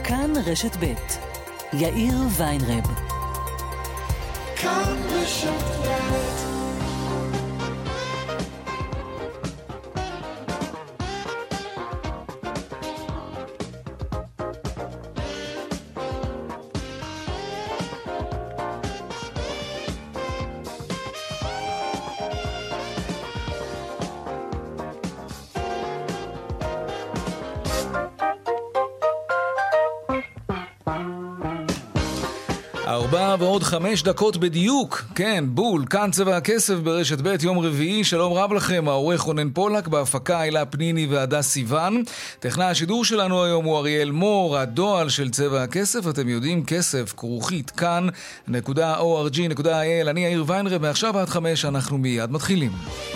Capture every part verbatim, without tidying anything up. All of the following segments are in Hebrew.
כאן רשת ב' יאיר ויינרב. כאן רשת ב'. ארבע ועוד חמש דקות בדיוק, כן, בול, כאן צבע הכסף ברשת ב' יום רביעי, שלום רב לכם, העורך רונן פולק, בהפקה אילה פניני ועדה סיוון, טכנאי השידור שלנו היום הוא אריאל מור, הדואל של צבע הכסף, אתם יודעים, כסף, כרוכית, כאן, נקודה או אר ג'י נקודה איי אל, אני יאיר ויינרב, מעכשיו עד חמש אנחנו מיד מתחילים.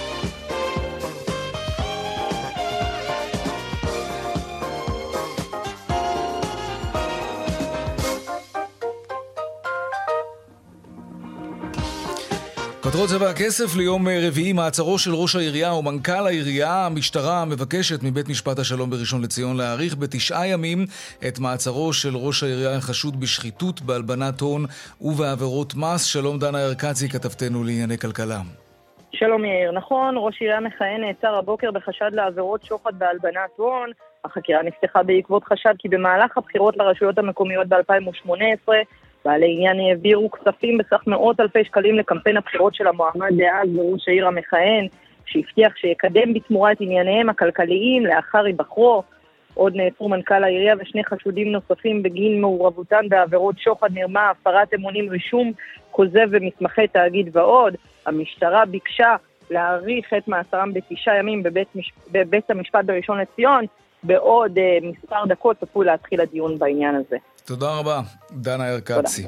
כותרות צבע הכסף ליום רביעי, מעצרו של ראש העירייה ומנכ"ל העירייה. המשטרה מבקשת מבית משפט השלום בראשון לציון להאריך בתשעה ימים את מעצרו של ראש העירייה החשוד בשחיתות, בהלבנת הון ובעבירות מס. שלום דנה ארקצי, כתבתנו לענייני כלכלה. שלום יאיר, נכון, ראש עירייה מכהן נעצר הבוקר בחשד לעבירות שוחד בהלבנת הון. החקירה נפתחה בעקבות חשד כי במהלך הבחירות לרשויות המקומיות ב-אלפיים ושמונה עשרה בעלי עניין העבירו כספים בסך מאות אלפי שקלים לקמפיין הבחירות של המועמד דאז וראש העיר המכהן, שהבטיח שיקדם בתמורה את ענייניהם הכלכליים לאחר היבחרו. עוד נעצרו מנכ"ל העירייה ושני חשודים נוספים בגין מעורבותן בעבירות שוחד, מרמה, הפרת אמונים, רישום כוזב ומסמכי תאגיד ועוד. המשטרה ביקשה להאריך את מאסרם בתשעה ימים בבית, מש... בבית המשפט בראשון לציון. בעוד uh, מספר דקות צפוי להתחיל הדיון בעניין הזה. תודה רבה, דנה ארקצי.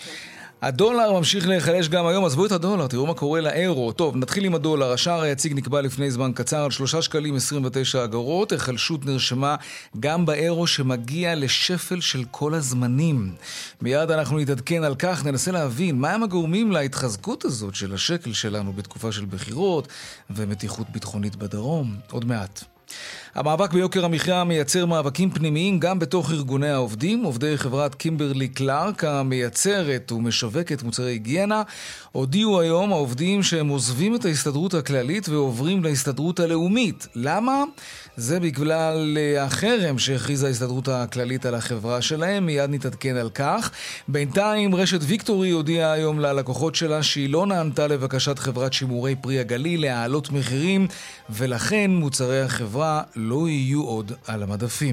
הדולר ממשיך להיחלש גם היום, עזבו את הדולר, תראו מה קורה לאירו. טוב, נתחיל עם הדולר. השער היציג נקבע לפני זמן קצר על שלושה שקלים עשרים ותשע אגורות. החלשות נרשמה גם באירו שמגיע לשפל של כל הזמנים. מיד אנחנו נתעדכן על כך, ננסה להבין מה הם הגורמים להתחזקות הזאת של השקל שלנו בתקופה של בחירות ומתיחות ביטחונית בדרום. עוד מעט. המאבק ביוקר המחיה מייצר מאבקים פנימיים גם בתוך ארגוני העובדים. עובדי חברת קימברלי קלארק המייצרת ומשווקת מוצרי היגיינה הודיעו היום העובדים שהם עוזבים את ההסתדרות הכללית ועוברים להסתדרות הלאומית. למה? זה בגלל החרם שהכריזה ההסתדרות הכללית על החברה שלהם. מיד נתעדכן על כך. בינתיים רשת ויקטורי הודיעה היום ללקוחות שלה שהיא לא נענתה לבקשת חברת שימורי פרי הגליל להעלות מחירים, ולכן מוצרי החברה לא יהיו עוד על המדפים.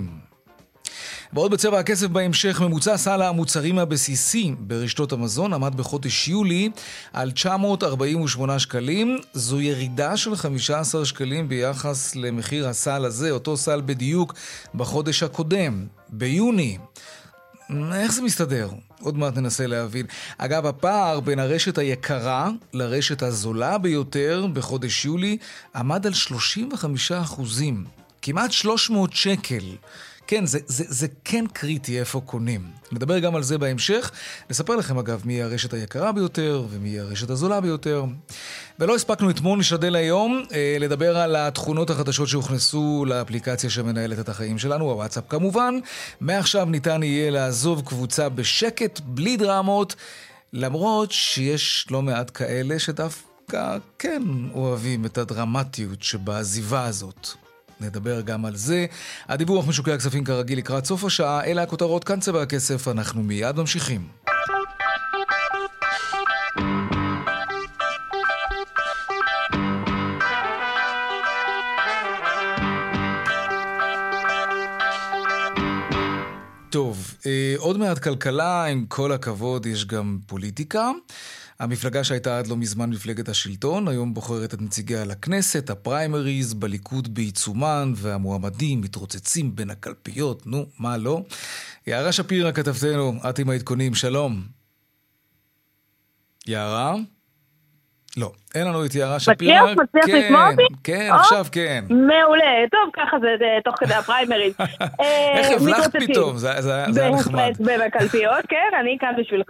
ועוד בצבע הכסף בהמשך, ממוצע סל המוצרים הבסיסי ברשתות המזון עמד בחודש יולי על תשע מאות ארבעים ושמונה שקלים. זו ירידה של חמישה עשר שקלים ביחס למחיר הסל הזה, אותו סל בדיוק בחודש הקודם, ביוני. איך זה מסתדר? עוד מעט ננסה להבין. אגב, הפער בין הרשת היקרה לרשת הזולה ביותר בחודש יולי עמד על שלושים וחמישה אחוזים. כמעט שלוש מאות שקל. כן, זה, זה, זה כן קריטי איפה קונים. נדבר גם על זה בהמשך. נספר לכם אגב מי הרשת היקרה ביותר ומי הרשת הזולה ביותר. ולא הספקנו אתמול, נשתדל היום אה, לדבר על התכונות החדשות שהוכנסו לאפליקציה שמנהלת את החיים שלנו, הוואטסאפ כמובן. מעכשיו ניתן יהיה לעזוב קבוצה בשקט, בלי דרמות, למרות שיש לא מעט כאלה שדווקא כן אוהבים את הדרמטיות שבעזיבה הזאת. נדבר גם על זה. הדיווח משוקי הכספים כרגיל לקראת סוף השעה. אלה הכותרות, כאן צבע הכסף, אנחנו מיד ממשיכים. טוב, עוד מעט כלכלה, עם כל הכבוד יש גם פוליטיקה. המפלגה שהייתה עד לא מזמן מפלגת השלטון, היום בוחרת את נציגיה לכנסת, הפריימריז בליכוד בעיצומן, והמועמדים מתרוצצים בין הקלפיות, נו, מה לא? יערה שפירא כתבתנו, את עם העדכונים, שלום. יערה? לא, אין לנו את יערה שפירא. מצליח, מצליח לשמוע אותי? כן, עכשיו כן. מעולה, טוב, ככה זה תוך כדי הפריימריז. איך הבלחת פתאום, זה היה נחמד. בין הקלפיות, כן, אני כאן בשבילך.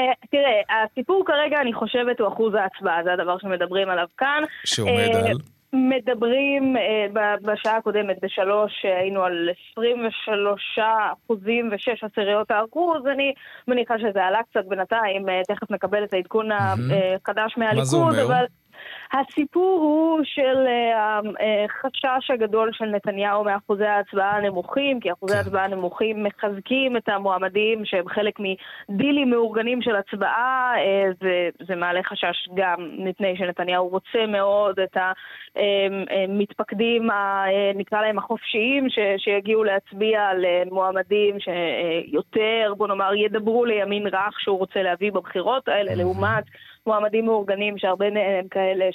תראה, הסיפור כרגע, אני חושבת, הוא אחוז ההצבעה, זה הדבר שמדברים עליו כאן. שעומד על? מדברים בשעה הקודמת בשלוש, היינו על עשרים ושלושה אחוזים ושש עשיריות האחוז, אני מניחה שזה עלה קצת בינתיים, תכף נקבל את העדכון החדש מהליכוד, אבל הסיפור הוא של החשש הגדול של נתניהו מאחוזי ההצבעה הנמוכים, כי אחוזי ההצבעה הנמוכים מחזקים את המועמדים שהם חלק מדילים מאורגנים של הצבעה, וזה מעלה חשש גם מפני שנתניהו רוצה מאוד את המתפקדים, נקרא להם החופשיים, שיגיעו להצביע על מועמדים שיותר, בוא נאמר, ידברו לימין רך שהוא רוצה להביא בבחירות האלה, לעומת מועמדים מאורגנים שהרבה מהם כאלה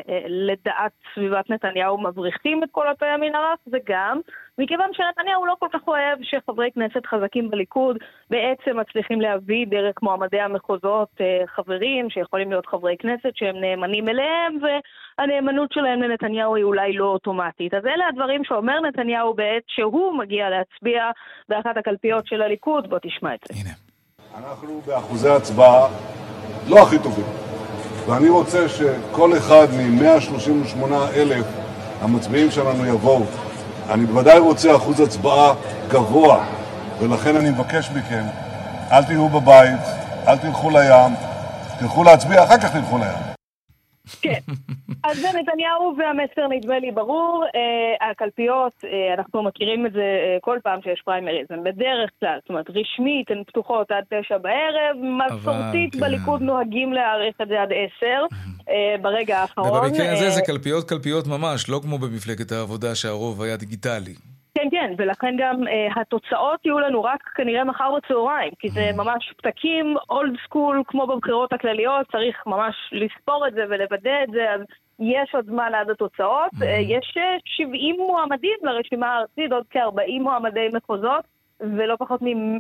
שלדעת סביבת נתניהו מבריחים את כל אותו ימין הרך, וגם מכיוון שנתניהו לא כל כך אוהב שחברי כנסת חזקים בליכוד בעצם מצליחים להביא דרך מועמדי המחוזות חברים שיכולים להיות חברי כנסת שהם נאמנים אליהם, והנאמנות שלהם לנתניהו היא אולי לא אוטומטית. אז אלה הדברים שאומר נתניהו בעת שהוא מגיע להצביע באחת הקלפיות של הליכוד. בוא תשמע את זה. הנה. אנחנו באחוזי הצבעה לא הכי טובים, ואני רוצה שכל אחד מ-מאה שלושים ושמונה אלף המצביעים שלנו יבואו. אני בוודאי רוצה אחוז הצבעה גבוה, ולכן אני מבקש מכם, אל תהיו בבית, אל תלכו לים, תלכו להצביע, אחר כך תלכו לים. כן, אז זה נתניהו והמסר נדמה לי ברור. הקלפיות, אנחנו מכירים את זה כל פעם שיש פריימריז, הן בדרך כלל, זאת אומרת רשמית הן פתוחות עד תשע בערב, מסורתית בליכוד נוהגים להאריך את זה עד עשר ברגע האחרון. ובמקרה הזה זה קלפיות קלפיות ממש, לא כמו במפלגת העבודה שהרוב היה דיגיטלי. כן, כן, ולכן גם אה, התוצאות יהיו לנו רק כנראה מחר בצהריים, כי זה ממש פתקים, אולד סקול, כמו בבחירות הכלליות, צריך ממש לספור את זה ולוודא את זה, אז יש עוד זמן עד התוצאות. אה, יש שבעים מועמדים לרשימה הארצית, עוד כ-ארבעים מועמדי מחוזות, ולא פחות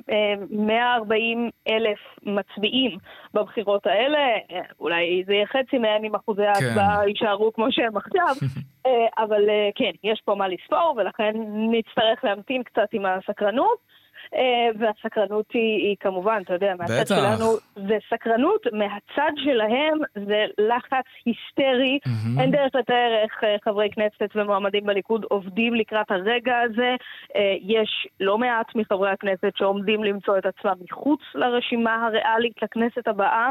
מ-מאה וארבעים אלף מצביעים בבחירות האלה. אולי זה יהיה חצי מהם עם אחוזי ההצבעה יישארו כמו שהם עכשיו, אבל כן, יש פה מה לספור, ולכן נצטרך להמתין קצת עם הסקרנות. והסקרנות היא, היא כמובן, אתה יודע, מהצד שלנו זה סקרנות, מהצד שלהם זה לחץ היסטרי. Mm-hmm. אין דרך לתאר איך חברי כנסת ומועמדים בליכוד עובדים לקראת הרגע הזה. יש לא מעט מחברי הכנסת שעומדים למצוא את עצמם מחוץ לרשימה הריאלית לכנסת הבאה,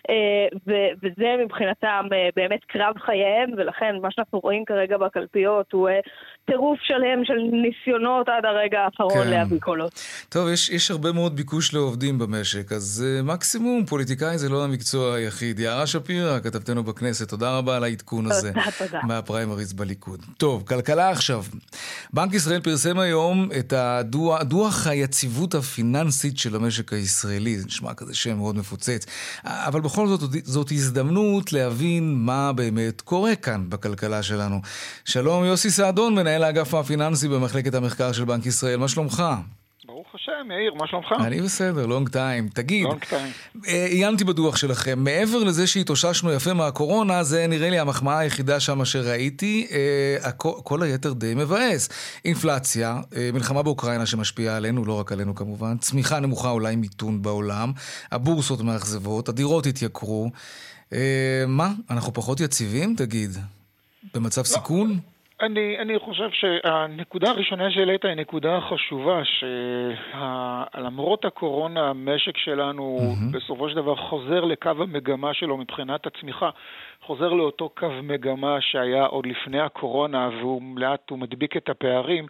ו- וזה מבחינתם באמת קרב חייהם, ולכן מה שאנחנו רואים כרגע בקלפיות הוא טירוף שלהם של ניסיונות עד הרגע האחרון כן. להביא קולות. טוב, יש, יש הרבה מאוד ביקוש לעובדים במשק, אז uh, מקסימום, פוליטיקאי זה לא המקצוע היחיד. יערה שפירא, כתבתנו בכנסת, תודה רבה על העדכון הזה. תודה, תודה. מהפריימריז בליכוד. טוב, כלכלה עכשיו. בנק ישראל פרסם היום את הדוח, דוח היציבות הפיננסית של המשק הישראלי. זה נשמע כזה שם מאוד מפוצץ. אבל בכל זאת, זאת הזדמנות להבין מה באמת קורה כאן בכלכלה שלנו. שלום, יוסי סעדון, מנהל האגף הפיננסי במחלקת המחקר של בנק ישראל. מה שלומך? ברוך השם, יאיר, מה שלומך? אני בסדר, לונג טיים. תגיד, עיינתי בדוח שלכם, מעבר לזה שהתאוששנו יפה מהקורונה, זה נראה לי המחמאה היחידה שם שראיתי, כל היתר די מבאס. אינפלציה, מלחמה באוקראינה שמשפיעה עלינו, לא רק עלינו כמובן, צמיחה נמוכה אולי מיתון בעולם, הבורסות מאכזבות, הדירות התייקרו. מה, אנחנו פחות יציבים, תגיד? במצב סיכון? אני, אני חושב שהנקודה הראשונה שהעלית היא נקודה חשובה, שלמרות הקורונה המשק שלנו mm-hmm. בסופו של דבר חוזר לקו המגמה שלו מבחינת הצמיחה, חוזר לאותו קו מגמה שהיה עוד לפני הקורונה, והוא לאט, הוא מדביק את הפערים,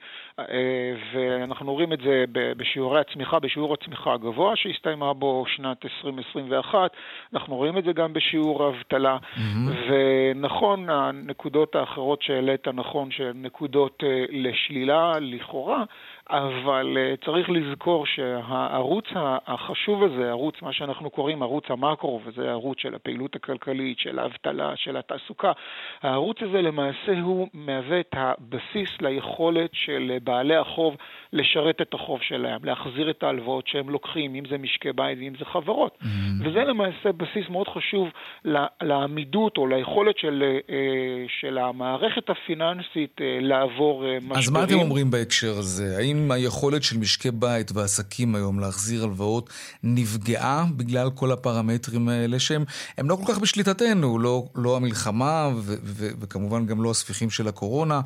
ואנחנו רואים את זה בשיעורי הצמיחה, בשיעור הצמיחה הגבוה שהסתיימה בו שנת עשרים עשרים ואחת, אנחנו רואים את זה גם בשיעור האבטלה, mm-hmm. ונכון, הנקודות האחרות שהעלית, נכון שנקודות לשלילה, לכאורה, אבל צריך לזכור שהערוץ החשוב הזה, ערוץ מה שאנחנו קוראים ערוץ המקרו, וזה הערוץ של הפעילות הכלכלית, של האבטלה, של התעסוקה, הערוץ הזה למעשה הוא מהווה את הבסיס ליכולת של בעלי החוב לשרת את החוב שלהם, להחזיר את ההלוואות שהם לוקחים, אם זה משקי בית ואם זה חברות. Mm-hmm. וזה למעשה בסיס מאוד חשוב לעמידות או ליכולת של, של המערכת הפיננסית לעבור משברים. אז מה אתם אומרים בהקשר הזה? האם האם היכולת של משקי בית ועסקים היום להחזיר הלוואות נפגעה בגלל כל הפרמטרים האלה שהם הם לא כל כך בשליטתנו, לא, לא המלחמה ו, ו, וכמובן גם לא הספיחים של הקורונה.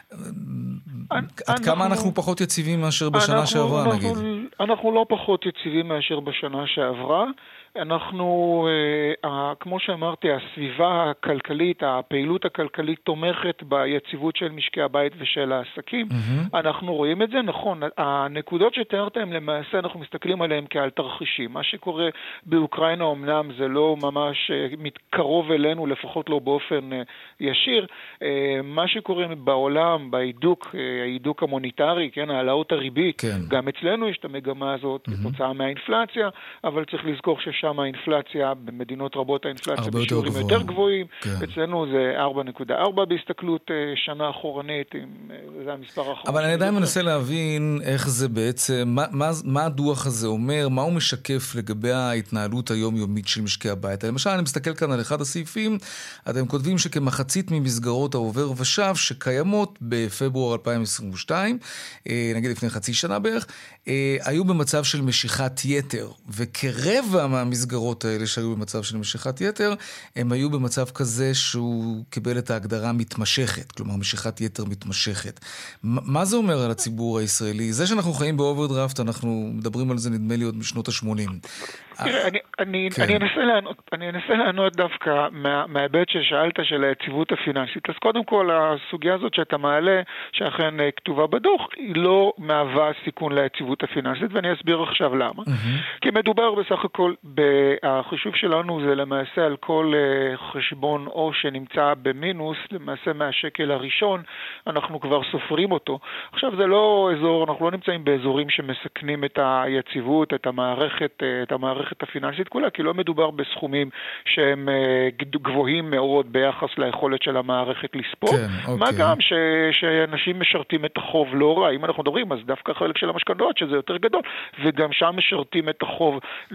עד כמה אנחנו פחות יציבים מאשר בשנה שעברה, נגיד? אנחנו לא פחות יציבים מאשר בשנה שעברה. אנחנו, כמו שאמרתי, הסביבה הכלכלית, הפעילות הכלכלית תומכת ביציבות של משקי הבית ושל העסקים. אנחנו רואים את זה, נכון. הנקודות שתיארתם למעשה, אנחנו מסתכלים עליהם כעל תרחישים. מה שקורה באוקראינה אומנם זה לא ממש מתקרוב אלינו, לפחות לא באופן ישיר. מה שקורה בעולם, בהידוק, ההידוק המוניטרי, כן, העלאות הריבית, כן. גם אצלנו יש את המגמה הזאת, כתוצאה מהאינפלציה, אבל צריך לזכור ש שם האינפלציה, במדינות רבות האינפלציה בשיעורים יותר, יותר גבוהים. כן. אצלנו זה ארבע נקודה ארבע בהסתכלות שנה אחורנית, זה המספר האחרון. אבל אני עדיין מנסה להבין איך זה בעצם, מה, מה, מה הדוח הזה אומר, מה הוא משקף לגבי ההתנהלות היומיומית של משקי הבית. למשל, אני מסתכל כאן על אחד הסעיפים, אתם כותבים שכמחצית ממסגרות העובר ושב שקיימות בפברואר אלפיים עשרים ושתיים, נגיד לפני חצי שנה בערך, היו במצב של משיכת יתר, וכרבע מהמסגרות האלה שהיו במצב של משיכת יתר, הם היו במצב כזה שהוא קיבל את ההגדרה מתמשכת, כלומר משיכת יתר מתמשכת. מה זה אומר על הציבור הישראלי? זה שאנחנו חיים באוברדרפט, אנחנו מדברים על זה נדמה לי עוד משנות ה-שמונים. תראה, אני, אני, כן. אני אנסה לענות, אני אנסה לענות דווקא מה, מההיבט ששאלת של היציבות הפיננסית. אז קודם כל, הסוגיה הזאת שאתה מעלה, שאכן כתובה בדוח, היא לא מהווה סיכון ליציבות הפיננסית, ואני אסביר עכשיו למה. Mm-hmm. כי מדובר בסך הכל, החישוב שלנו זה למעשה על כל חשבון או שנמצא במינוס, למעשה מהשקל הראשון, אנחנו כבר סופרים אותו. עכשיו זה לא אזור, אנחנו לא נמצאים באזורים שמסכנים את היציבות, את המערכת, את המערכת הפיננסית כולה, כי לא מדובר בסכומים שהם גבוהים מאוד ביחס ליכולת של המערכת לספור. כן, אוקיי. מה גם ש, שאנשים משרתים את החוב לא רע. אם אנחנו מדברים, אז דווקא חלק של המשכנתאות, שזה יותר גדול, וגם שם משרתים את החוב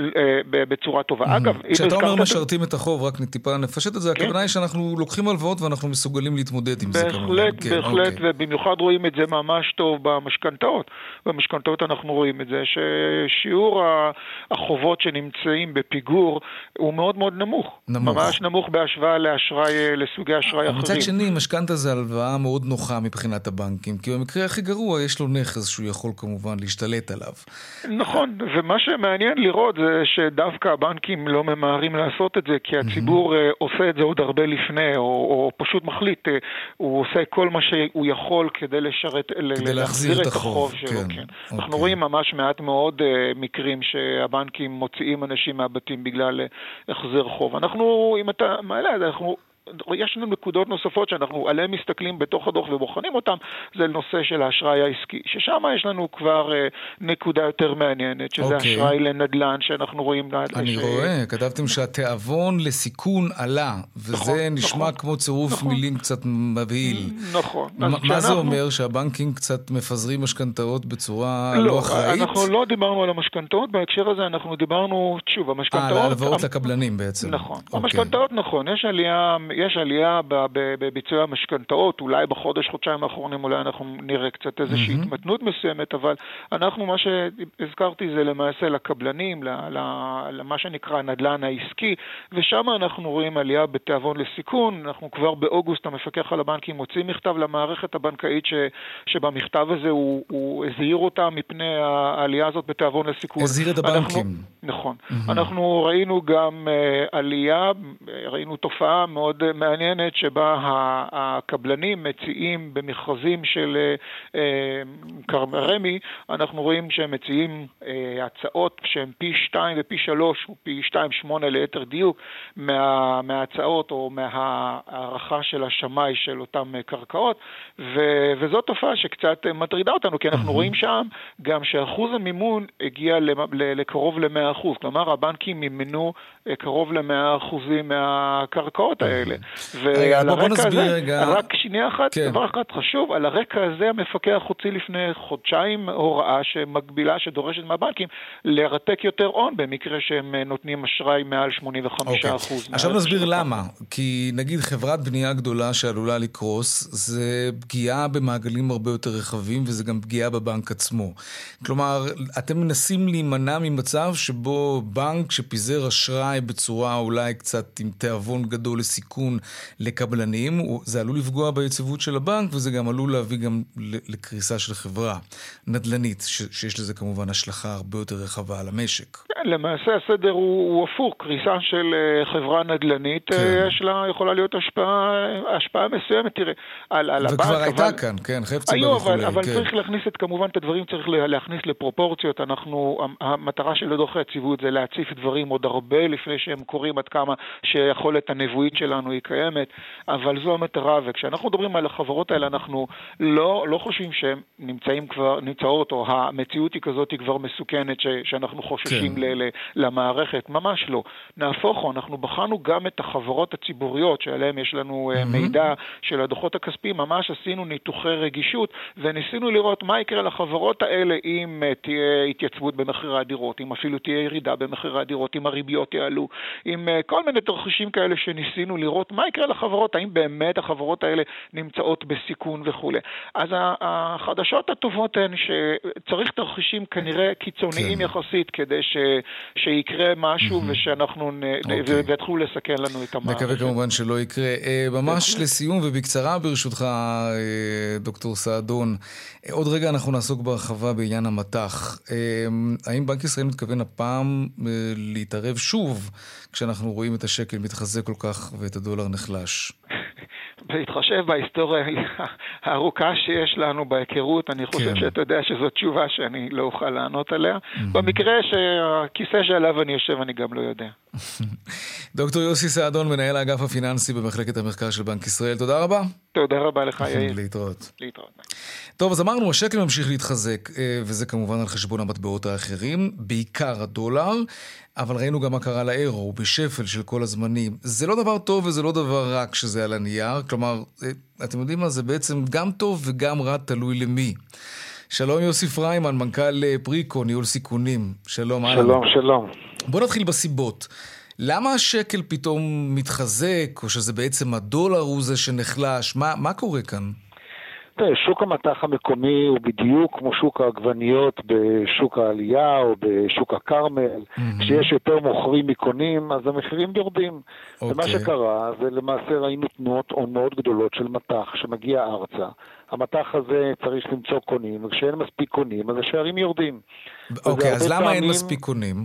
בצורה טובה. אגב, כשאתה אומר משרתים את החוב, רק טיפה נפשט את זה, הכוונה היא שאנחנו לוקחים הלוואות ואנחנו מסוגלים להתמודד עם זה. בהחלט, בהחלט, ובמיוחד רואים את זה ממש טוב במשכנתאות. במשכנתאות אנחנו רואים את זה ששיעור החובות שנמצאים בפיגור הוא מאוד מאוד נמוך. ממש נמוך בהשוואה לאשראי, לסוגי אשראי אחרים. מצד שני, משכנתא זה הלוואה מאוד נוחה מבחינת הבנקים, כי במקרה הכי גרוע יש לו נכס שהוא יכול כמובן להשתלט עליו. נכון, ומה שמעניין לראות זה שדווקא הבנקים לא ממהרים לעשות את זה, כי הציבור עושה את זה עוד הרבה לפני, או, או פשוט מחליט, הוא עושה כל מה שהוא יכול כדי לשרת, כדי להחזיר את החוב שלו. כן. כן. אוקיי. אנחנו רואים ממש מעט מאוד מקרים שהבנקים מוציאים אנשים מהבתים בגלל החזר חוב. אנחנו, אם אתה מעלה, אנחנו... יש לנו נקודות נוספות שאנחנו עליהם מסתכלים בתוך הדוח ובוחנים אותם, זה נושא של האשראי העסקי, ששם יש לנו כבר נקודה יותר מעניינת, שזה okay. אשראי לנדל"ן שאנחנו רואים... אני ש... רואה, כתבתם שהתיאבון לסיכון עלה, וזה נכון, נשמע נכון, כמו צירוף נכון. מילים קצת מבהיל. נכון. מה שאנחנו... זה אומר? שהבנקים קצת מפזרים משכנתאות בצורה לא, לא אחראית? אנחנו לא דיברנו על המשכנתאות, בהקשר הזה אנחנו דיברנו, שוב, המשכנתאות... על ההלוואות לקבלנים בעצם. נכון. Okay. המשכנתאות נכון, יש עלייה... יש עלייה בביצועי המשכנתאות, אולי בחודש, חודשיים האחרונים, אולי אנחנו נראה קצת איזושהי mm-hmm. התמתנות מסוימת, אבל אנחנו, מה שהזכרתי זה למעשה לקבלנים, למה שנקרא הנדל"ן העסקי, ושם אנחנו רואים עלייה בתיאבון לסיכון. אנחנו כבר באוגוסט, המפקח על הבנקים מוציא מכתב למערכת הבנקאית, ש, שבמכתב הזה הוא, הוא הזהיר אותה מפני העלייה הזאת בתיאבון לסיכון. הזהיר את הבנקים. אנחנו, נכון. Mm-hmm. אנחנו ראינו גם uh, עלייה, ראינו תופעה מאוד מעניינת שבה הקבלנים מציעים במכרזים של רמי, אנחנו רואים שהם מציעים הצעות שהן פי שתיים ופי שלוש או פי שתיים שמונה ליתר דיוק מה, מההצעות או מהערכה של השמאי של אותם קרקעות, ו, וזו תופעה שקצת מטרידה אותנו, כי אנחנו רואים שם גם שאחוז המימון הגיע לקרוב ל-מאה אחוז, כלומר הבנקים מימנו קרוב ל-מאה אחוזים מהקרקעות האלה. וכולי. ועל הרקע הזה, רק שנייה אחת, כן. דבר אחד חשוב, על הרקע הזה המפקח הוציא לפני חודשיים הוראה שמגבילה, שדורשת מהבנקים, לרתק יותר הון, במקרה שהם נותנים אשראי מעל שמונים וחמישה אחוז. אוקיי. עכשיו נסביר למה. כי נגיד חברת בנייה גדולה שעלולה לקרוס, זה פגיעה במעגלים הרבה יותר רחבים, וזה גם פגיעה בבנק עצמו. כלומר, אתם מנסים להימנע ממצב שבו בנק שפיזר אשראי בצורה אולי קצת עם תיאבון גדול לסיכון לקבלנים, זה עלול לפגוע ביציבות של הבנק, וזה גם עלול להביא גם לקריסה של חברה נדל"נית, שיש לזה כמובן השלכה הרבה יותר רחבה על המשק. כן, למעשה הסדר הוא, הוא הפוך, קריסה של חברה נדל"נית, כן. יש לה, יכולה להיות השפעה, השפעה מסוימת, תראה, על, על הבנק. וכבר הייתה אבל... כאן, כן, חפצה היו, וכולי. אבל, אבל כן. צריך להכניס את, כמובן, את הדברים צריך להכניס לפרופורציות. אנחנו, המטרה של דוח היציבות זה להציף דברים עוד הרבה לפני שהם קוראים עד כמה שיכולת הנבואית שלנו היא קיימת, אבל זו המטרה, וכשאנחנו מדברים על החברות האלה, אנחנו לא, לא חושבים שהם נמצאים כבר, נמצאות, או המציאות היא כזאת היא כבר מסוכנת, ש, שאנחנו חוששים כן. ל, ל, למערכת, ממש לא. נהפוך, אנחנו בחנו גם את החברות הציבוריות, שעליהם יש לנו mm-hmm. מידע של הדוחות הכספיים, ממש עשינו ניתוחי רגישות, וניסינו לראות מה יקרה לחברות האלה, אם תהיה התייצבות במחירי הדירות, אם אפילו תהיה ירידה במחירי הדירות, אם הריביות יעלו, עם כל מיני תרחישים כאלה שניסינו לראות מה יקרה לחברות, האם באמת החברות האלה נמצאות בסיכון וכו'. אז החדשות הטובות הן שצריך תרחישים כנראה קיצוניים כן. יחסית, כדי ש... שיקרה משהו mm-hmm. ושאנחנו נ... okay. ויתחילו לסכן לנו את המערכת. נקווה כמובן שלא יקרה. ממש לסיום ובקצרה ברשותך, דוקטור סעדון, עוד רגע אנחנו נעסוק בהרחבה בעניין המתח. האם בנק ישראל מתכוון הפעם להתערב שוב כשאנחנו רואים את השקל מתחזק כל כך ואת הדולר נחלש? בהתחשב בהיסטוריה הארוכה שיש לנו בהיכרות, אני חושב כן. שאתה יודע שזו תשובה שאני לא אוכל לענות עליה. Mm-hmm. במקרה שהכיסא שעליו אני יושב, אני גם לא יודע. דוקטור יוסי סעדון, מנהל האגף הפיננסי במחלקת המחקר של בנק ישראל. תודה רבה. תודה רבה לך, יאיר. להתראות. להתראות. טוב, אז אמרנו, השקל ממשיך להתחזק, וזה כמובן על חשבון המטבעות האחרים, בעיקר הדולר, אבל ראינו גם מה קרה לאירו, הוא בשפל של כל הזמנים. זה לא דבר טוב וזה לא דבר רע כשזה על הנייר, כלומר, אתם יודעים מה, זה בעצם גם טוב וגם רע, תלוי למי. שלום יוסי פריימן, מנכ"ל פריקו, ניהול סיכונים. שלום. שלום, שלום. בוא נתחיל בסיבות. למה השקל פתאום מתחזק, או שזה בעצם הדולר הוא זה שנחלש? מה, מה קורה כאן? שוק המטח המקומי הוא בדיוק כמו שוק העגבניות בשוק העלייה או בשוק הקרמל. Mm-hmm. כשיש יותר מוכרים מקונים, אז המחירים יורדים. Okay. ומה שקרה, זה למעשה ראינו תנועות מאוד גדולות של מטח שמגיע ארצה. המטח הזה צריך למצוא קונים, וכשאין מספיק קונים, אז השערים יורדים. אוקיי, אז למה אין מספיק קונים?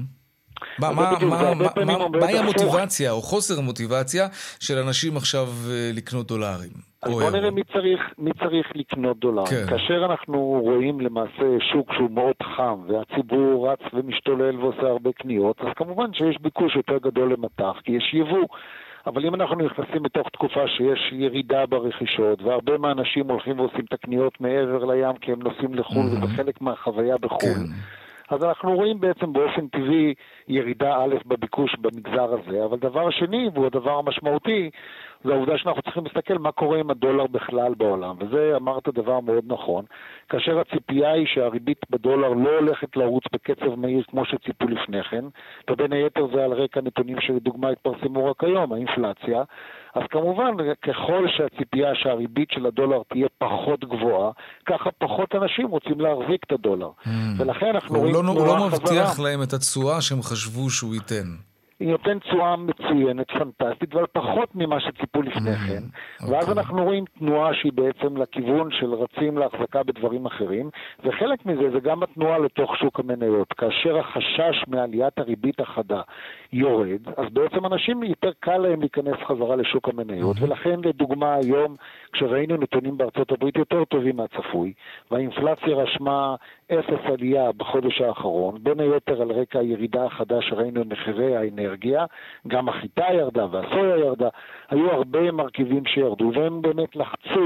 מהי המוטיבציה או חוסר המוטיבציה של אנשים עכשיו לקנות דולרים? אז בוא נראה מי צריך, מי צריך לקנות דולר. כן. כאשר אנחנו רואים למעשה שוק שהוא מאוד חם, והציבור רץ ומשתולל ועושה הרבה קניות, אז כמובן שיש ביקוש יותר גדול למטח, כי יש יבוא. אבל אם אנחנו נכנסים בתוך תקופה שיש ירידה ברכישות, והרבה מהאנשים הולכים ועושים את הקניות מעבר לים, כי הם נוסעים לחול, mm-hmm. וזה חלק מהחוויה בחול. כן. אז אנחנו רואים בעצם באופן טבעי ירידה א' בביקוש במגזר הזה, אבל דבר שני, והוא הדבר המשמעותי, זה העובדה שאנחנו צריכים להסתכל מה קורה עם הדולר בכלל בעולם, וזה אמרת דבר מאוד נכון, כאשר הציפייה היא שהריבית בדולר לא הולכת לרוץ בקצב מהיר כמו שציפו לפני כן, ובין היתר זה על רקע נתונים שלדוגמה התפרסמו רק היום, האינפלציה, אז כמובן ככל שהציפייה שהריבית של הדולר תהיה פחות גבוהה, ככה פחות אנשים רוצים להחזיק את הדולר. Mm. ולכן אנחנו רואים לא, הוא לא מבטיח חזרה. להם את התשואה שהם חשבו שהוא ייתן. היא נותן תשואה מצוינת, פנטסטית, אבל פחות ממה שציפו לפני כן. Okay. ואז אנחנו רואים תנועה שהיא בעצם לכיוון של רצים להחזקה בדברים אחרים, וחלק מזה זה גם התנועה לתוך שוק המניות. כאשר החשש מעליית הריבית החדה יורד, אז בעצם אנשים יותר קל להם להיכנס חזרה לשוק המניות, mm-hmm. ולכן לדוגמה היום, כשראינו נתונים בארצות הברית יותר טובים מהצפוי, והאינפלציה רשמה אפס עלייה בחודש האחרון, בין היתר על רקע הירידה החדה שראינו מחירי האנרגיה, גם החיטה ירדה והסויה ירדה, היו הרבה מרכיבים שירדו, והם באמת לחצו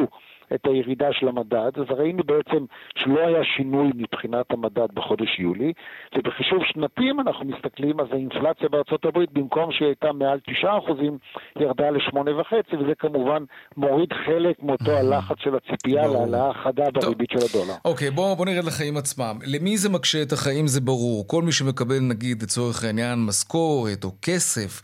את הירידה של המדד, אז ראינו בעצם שלא היה שינוי מבחינת המדד בחודש יולי, ובחישוב שנתיים אנחנו מסתכלים, אז האינפלציה בארצות הברית, במקום שהייתה מעל תשעה אחוזים, ירדה לשמונה וחצי, וזה כמובן מוריד חלק מאותו הלחץ של הציפייה להעלאה חדה בריבית של הדולר. אוקיי, בוא, בוא נרד לחיים עצמם. למי זה מקשה את החיים זה ברור. כל מי שמקבל נגיד לצורך העניין משכורת או כסף,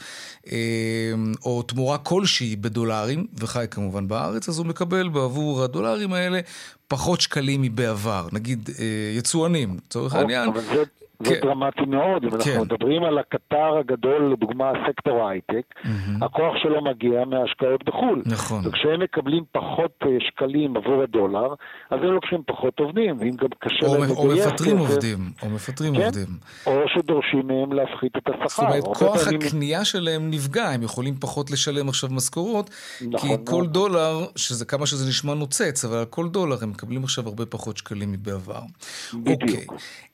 או תמורה כלשהי בדולרים, וחי כמובן בארץ, אז הוא מקבל בעבור הדולרים האלה פחות שקלים מבעבר. נגיד יצואנים, לצורך העניין. אבל זה... זה דרמטי מאוד, אם אנחנו מדברים על הקטר הגדול, לדוגמה הסקטור ההייטק, הכוח שלו מגיע מההשקעות בחול. נכון. וכשהם מקבלים פחות שקלים עבור הדולר, אז הם לוקחים פחות עובדים, ואם גם קשה להם לגייס... או מפטרים עובדים, או מפטרים עובדים. או שדורשים מהם להפחית את השכר. זאת אומרת, כוח הקנייה שלהם נפגע, הם יכולים פחות לשלם עכשיו משכורות, כי כל דולר, שזה כמה שזה נשמע נוצץ, אבל על כל דולר הם מקבלים עכשיו הרבה פחות שקלים מבעבר. בדיוק.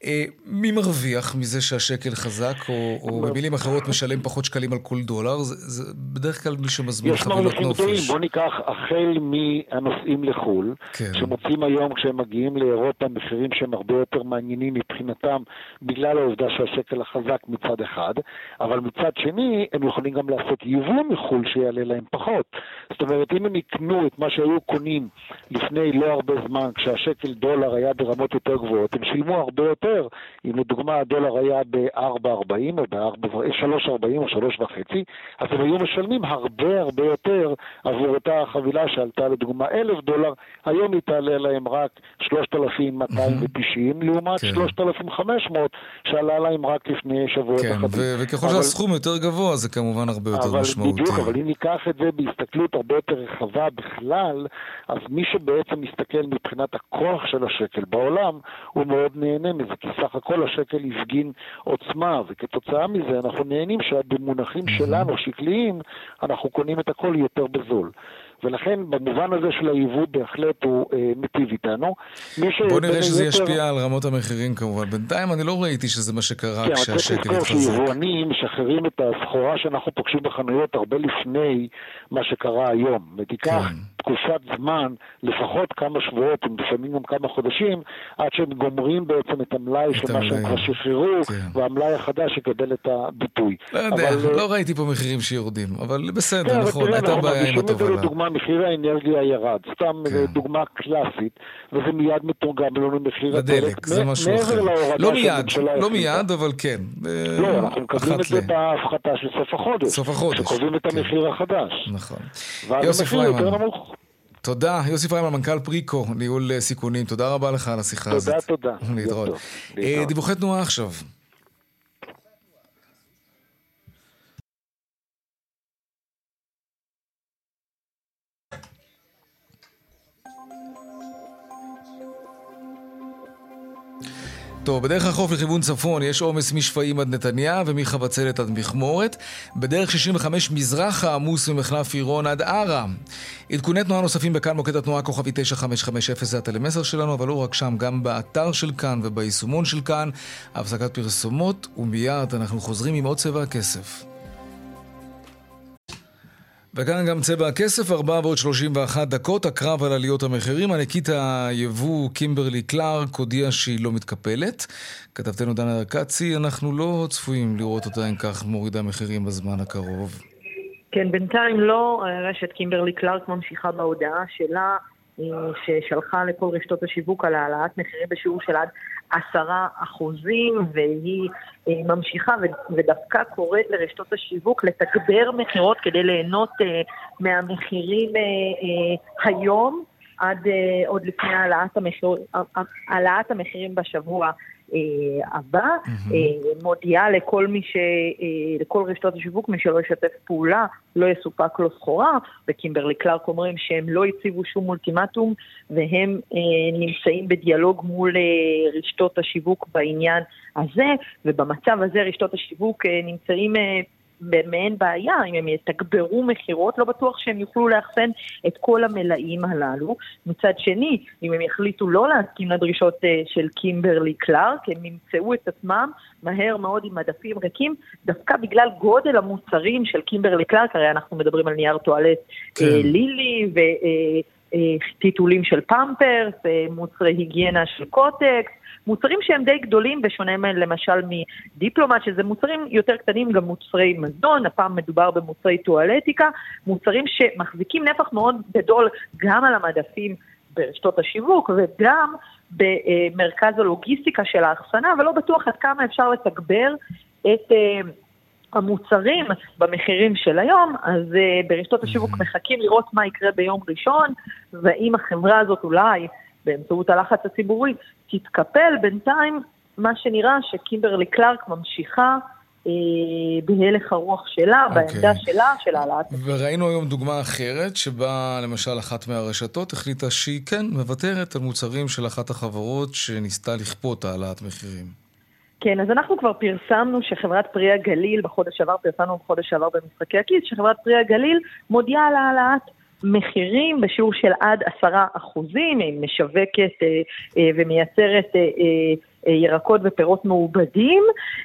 מי מרוויח מזה שהשקל חזק, או, או במילים אחרות משלם פחות שקלים על כל דולר? זה, זה בדרך כלל מי שמזמין חבילות נופש. בוא ניקח החל מהנוסעים לחול, כן. שמוצאים היום כשהם מגיעים לאירופה מחירים שהם הרבה יותר מעניינים מבחינתם, בגלל העובדה שהשקל החזק מצד אחד, אבל מצד שני הם יכולים גם לעשות יבוא מחול שיעלה להם פחות. זאת אומרת, אם הם יקנו את מה שהיו קונים לפני לא הרבה זמן, כשהשקל דולר היה ברמות יותר גבוהות, הם שילמו הרבה יותר. אם לדוגמה הדולר היה ב-ארבע ארבעים או ב-שלוש ארבעים או שלוש וחצי, אז הם היו משלמים הרבה הרבה יותר עבור אותה חבילה שעלתה לדוגמה אלף דולר, היום היא תעלה להם רק שלושת אלפים מאתיים ותשעים, לעומת שלושת אלפים וחמש מאות שעלה להם רק לפני שבועות אחדים. וככל שהסכום יותר גבוה זה כמובן הרבה יותר משמעותי. בדיוק, אבל אם ניקח את זה בהסתכלות הרבה יותר רחבה בכלל, אז מי שבעצם מסתכל מבחינת הכוח של השקל בעולם, הוא מאוד נהנה מזה, כי סך הכל השקל יפגין עוצמה, וכתוצאה מזה אנחנו נהנים שבמונחים שלנו, שקליים, אנחנו קונים את הכל יותר בזול. ולכן במובן הזה של היבוא בהחלט הוא אה, מטיב איתנו. בוא נראה שזה יותר... ישפיע על רמות המחירים כמובן. בינתיים אני לא ראיתי שזה מה שקרה כן, כשהשקל התחזק. שיבואנים משחררים את הסחורה שאנחנו פוגשים בחנויות הרבה לפני מה שקרה היום. ותיקח כן. תקופת זמן, לפחות כמה שבועות, לפעמים גם כמה חודשים, עד שהם גומרים בעצם את המלאי של מה שהם כבר שחררו, כן. והמלאי החדש יקבל את הביטוי. לא יודע, אבל... לא ראיתי פה מחירים שיורדים, אבל בסדר, כן, נכון, הייתה בעיה עם התובלה. דוגמה, מחיר האנרגיה ירד, סתם כן. דוגמה קלאסית, וזה מיד מתורגם לנו מחיר הדלק, זה משהו אחר. לא מיד, לא מיד, אבל כן. לא, אנחנו מקבלים את זה בהפחתה של סוף החודש. סוף החודש. שקובעים את המחיר החדש. נכון. יוסף ריימן. תודה, יוסף ריימן, מנכ"ל פריקו, ניהול סיכונים. תודה רבה לך על השיחה הזאת. תודה, תודה. להתראות. דיווחי תנועה עכשיו. טוב, בדרך החוף לכיוון צפון יש עומס משפעים עד נתניה ומחבצלת עד מכמורת. בדרך שישים וחמש מזרחה עמוס ממחלף עירון עד ערה. עדכוני תנועה נוספים בכאן מוקד התנועה כוכבי תשע חמש חמש אפס זה הטלמסר שלנו, אבל לא רק שם, גם באתר של כאן וביישומון של כאן. הפסקת פרסומות, ומיד אנחנו חוזרים עם עוד צבע הכסף. וכאן גם צבע הכסף, ארבע ועוד שלושים ואחת דקות, הקרב על עליות המחירים. ענקית היבוא קימברלי קלארק הודיעה שהיא לא מתקפלת. כתבתנו דנה ארקצי, אנחנו לא צפויים לראות אותה אם כך מורידה מחירים בזמן הקרוב. כן, בינתיים לא. רשת קימברלי קלארק ממשיכה בהודעה שלה, ששלחה לכל רשתות השיווק על העלאת מחירים בשיעור של עד עשרה אחוזים, והיא ממשיכה ודווקא קוראת לרשתות השיווק לתגבר מחירות כדי ליהנות מהמחירים היום, עד עוד לפני העלאת המחיר, העלאת המחירים בשבוע הבא. מודיעה לכל מי ש... לכל רשתות השיווק, מי שלא ישתף פעולה לא יסופק לו סחורה, וקימברלי קלארק אומרים שהם לא הציבו שום אולטימטום, והם נמצאים בדיאלוג מול רשתות השיווק בעניין הזה, ובמצב הזה רשתות השיווק נמצאים במעין בעיה. אם הם יתגברו מחירות, לא בטוח שהם יוכלו לאחסן את כל המלאים הללו. מצד שני, אם הם יחליטו לא להסכים לדרישות של קימברלי קלארק, הם ימצאו את עצמם מהר מאוד עם מדפים ריקים, דווקא בגלל גודל המוצרים של קימברלי קלארק. הרי אנחנו מדברים על נייר טואלט כן. לילי טיטולים של פמפרס, מוצרי היגיינה של קוטקס, מוצרים שהם די גדולים, בשונה מהם למשל מדיפלומט, שזה מוצרים יותר קטנים, גם מוצרי מזון, הפעם מדובר במוצרי טואלטיקה, מוצרים שמחזיקים נפח מאוד גדול גם על המדפים ברשתות השיווק, וגם במרכז הלוגיסטיקה של האחסנה, ולא בטוח עד כמה אפשר לתגבר את המוצרים במחירים של היום. אז ברשתות השיווק מחכים לראות מה יקרה ביום ראשון, והאם החברה הזאת אולי באמצעות הלחץ הציבורי תתקפל. בינתיים מה שנראה שקימברלי קלארק ממשיכה אה, בהלך הרוח שלה, okay. בעמדה שלה, של העלאת. וראינו היום דוגמה אחרת, שבה למשל אחת מהרשתות החליטה שהיא כן מוותרת על מוצרים של אחת החברות שניסתה לכפות העלאת מחירים. כן, אז אנחנו כבר פרסמנו שחברת פרי הגליל, בחודש שעבר פרסמנו בחודש שעבר במשחקי הכיס, שחברת פרי הגליל מודיעה על העלאת מחירים בשיעור של עד עשרה אחוזים, היא משווקת אה, אה, ומייצרת אה, אה, ירקות ופירות מעובדים,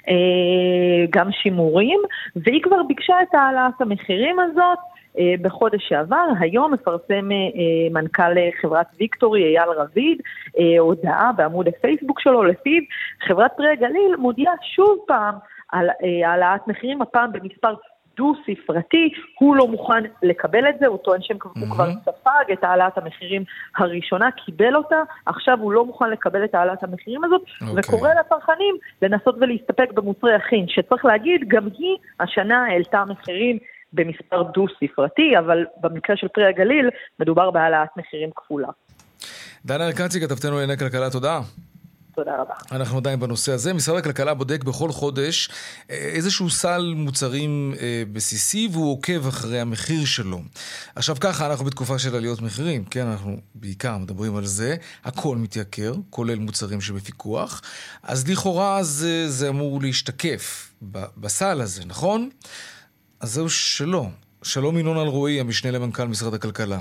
אה, גם שימורים, והיא כבר ביקשה את העלאת המחירים הזאת אה, בחודש שעבר. היום מפרסם אה, מנכ"ל חברת ויקטורי, אייל רביד, אה, הודעה בעמוד הפייסבוק שלו, לפיו חברת פרי הגליל מודיעה שוב פעם על אה, העלאת מחירים, הפעם במספר דו ספרתי. הוא לא מוכן לקבל את זה, הוא טוען שהוא mm-hmm. כבר ספג את העלאת המחירים הראשונה, קיבל אותה, עכשיו הוא לא מוכן לקבל את העלאת המחירים הזאת, okay. וקורא לצרכנים לנסות ולהסתפק במוצרי הכין, שצריך להגיד, גם היא השנה העלתה מחירים במספר דו ספרתי, אבל במקרה של פרי הגליל מדובר בהעלאת מחירים כפולה. דנה ארקצי, כתבתנו לענייני כלכלה, תודה. תודה רבה. אנחנו עדיין בנושא הזה. משרד הכלכלה בודק בכל חודש איזשהו סל מוצרים בסיסי, והוא עוקב אחרי המחיר שלו. עכשיו ככה, אנחנו בתקופה של עליות מחירים, כן, אנחנו בעיקר מדברים על זה, הכל מתייקר, כולל מוצרים שבפיקוח, אז לכאורה זה, זה אמור להשתקף בסל הזה, נכון? אז זהו שלא. שלום ינון אלרועי, המשנה למנכ"ל משרד הכלכלה.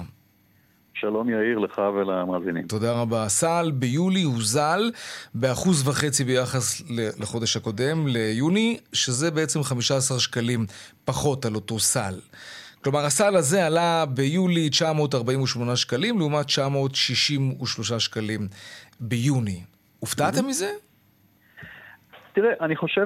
שלום יאיר לך ולמאזינים. תודה רבה. הסל ביולי הוזל באחוז וחצי ביחס לחודש הקודם, ליוני, שזה בעצם חמישה עשר שקלים פחות על אותו סל. כלומר, הסל הזה עלה ביולי תשע מאות ארבעים ושמונה שקלים, לעומת תשע מאות שישים ושלושה שקלים ביוני. הופתעתם מזה? תראה, אני חושב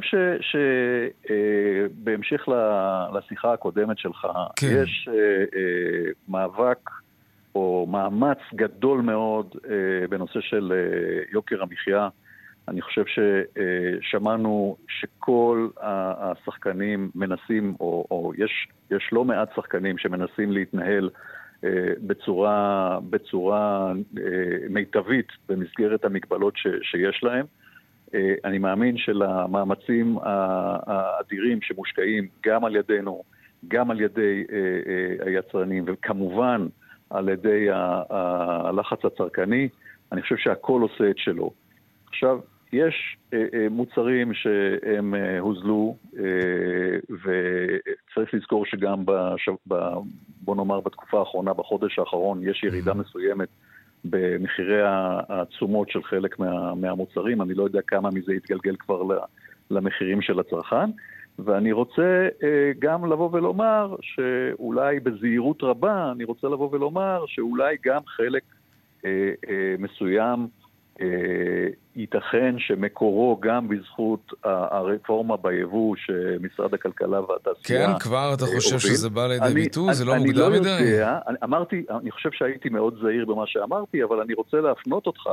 שבהמשך לשיחה הקודמת שלך, יש מאבק או מאמץ גדול מאוד אה, בנושא של אה, יוקר המחיה. אני חושב ששמענו שכל השחקנים מנסים, או, או יש, יש לא מעט שחקנים שמנסים להתנהל אה, בצורה, בצורה אה, מיטבית במסגרת המגבלות ש, שיש להם. אה, אני מאמין שלמאמצים האדירים שמושקעים גם על ידינו, גם על ידי אה, אה, היצרנים, וכמובן על ידי הלחץ הצרכני, אני חושב שהכל עושה את שלו. עכשיו, יש מוצרים שהם הוזלו, וצריך לזכור שגם, בוא נאמר, בתקופה האחרונה, בחודש האחרון, יש ירידה מסוימת במחירי התשומות של חלק מה, מהמוצרים. אני לא יודע כמה מזה יתגלגל כבר למחירים של הצרכן. ואני רוצה גם לבוא ולומר שאולי בזהירות רבה, אני רוצה לבוא ולומר שאולי גם חלק מסוים ייתכן שמקורו גם בזכות הרפורמה ביבוא שמשרד הכלכלה והתעשייה. כן, כבר אתה חושב שזה בא לידי ביטוי? זה לא מוקדם מדי? אני לא יודע, אמרתי, אני חושב שהייתי מאוד זהיר במה שאמרתי, אבל אני רוצה להפנות אותך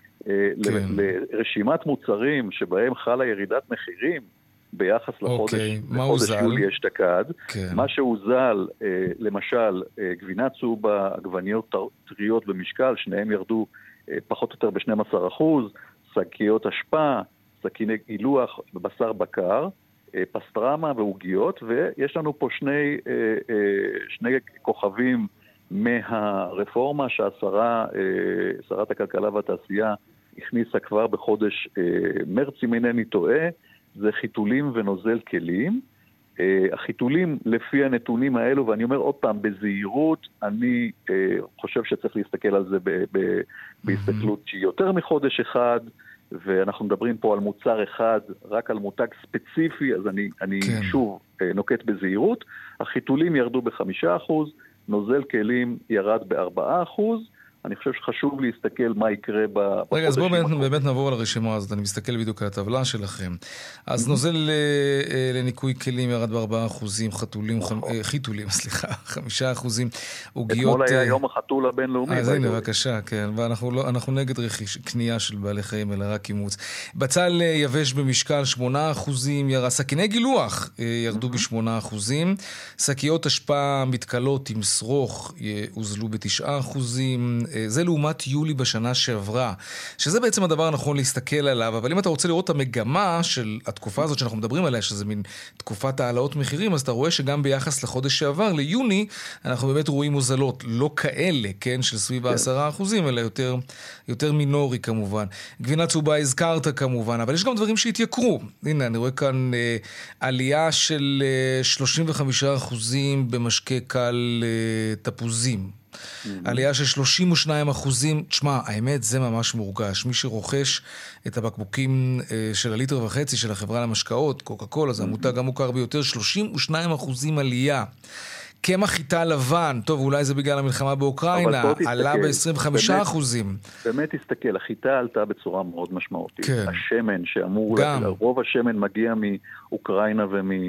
לרשימת מוצרים שבהם חלה ירידת מחירים, ביחס לחודש, okay, לחודש יולי אשתקד, כן. מה שהוזל, אה, למשל, אה, גבינה צהובה, עגבניות טריות במשקל, שניהם ירדו אה, פחות או יותר ב-שנים עשר אחוז, שקיות אשפה, סכיני גילוח ובשר בקר, אה, פסטרמה ועוגיות, ויש לנו פה שני, אה, אה, שני כוכבים מהרפורמה שהשרה, אה, שרת הכלכלה והתעשייה, הכניסה כבר בחודש אה, מרץ, אם אינני טועה, זה חיתולים ונוזל כלים. Uh, החיתולים לפי הנתונים האלו, ואני אומר עוד פעם, בזהירות, אני uh, חושב שצריך להסתכל על זה ב- ב- בהסתכלות שהיא יותר מחודש אחד, ואנחנו מדברים פה על מוצר אחד, רק על מותג ספציפי, אז אני, אני כן. שוב uh, נוקט בזהירות. החיתולים ירדו בחמישה אחוז, נוזל כלים ירד בארבעה אחוז, אני חושב שחשוב להסתכל מה יקרה בחודשים. רגע, אז בואו באמת, באמת נעבור על הרשימה הזאת, אני מסתכל בדיוק על הטבלה שלכם. אז נוזל לניקוי כלים ירד בארבעה אחוזים, חתולים, חיתולים, סליחה, חמישה אחוזים, עוגיות... אתמול היה יום החתול הבינלאומי. אז הנה, בבקשה, כן, ואנחנו נגד קנייה של בעלי חיים, אלא רק אימוץ. בצל יבש במשקל שמונה אחוזים, סכיני גילוח ירדו ב-שמונה אחוזים, שקיות השפעה מתקלות עם שרוך הוזלו ב-תשעה אחוזים, זה לעומת יולי בשנה שעברה, שזה בעצם הדבר הנכון להסתכל עליו, אבל אם אתה רוצה לראות את המגמה של התקופה הזאת שאנחנו מדברים עליה, שזה מין תקופת העלאות מחירים, אז אתה רואה שגם ביחס לחודש שעבר, ליוני, אנחנו באמת רואים הוזלות, לא כאלה, כן, של סביב העשרה אחוזים, אלא יותר, יותר מינורי כמובן. גבינה צהובה הזכרת כמובן, אבל יש גם דברים שהתייקרו. הנה, אני רואה כאן אה, עלייה של אה, שלושים וחמישה אחוזים במשקה קל אה, תפוזים. עלייה של שלושים ושניים אחוזים, תשמע, האמת זה ממש מורגש. מי שרוכש את הבקבוקים של הליטר וחצי של החברה למשקאות, קוקה קולה, זה המותג המוכר ביותר, שלושים ושניים אחוזים עלייה. קמח חיטה לבן, טוב, אולי זה בגלל המלחמה באוקראינה, עלה ב-עשרים וחמישה אחוזים. באמת תסתכל, החיטה עלתה בצורה מאוד משמעותית. כן. השמן שאמור, רוב השמן מגיע מאוקראינה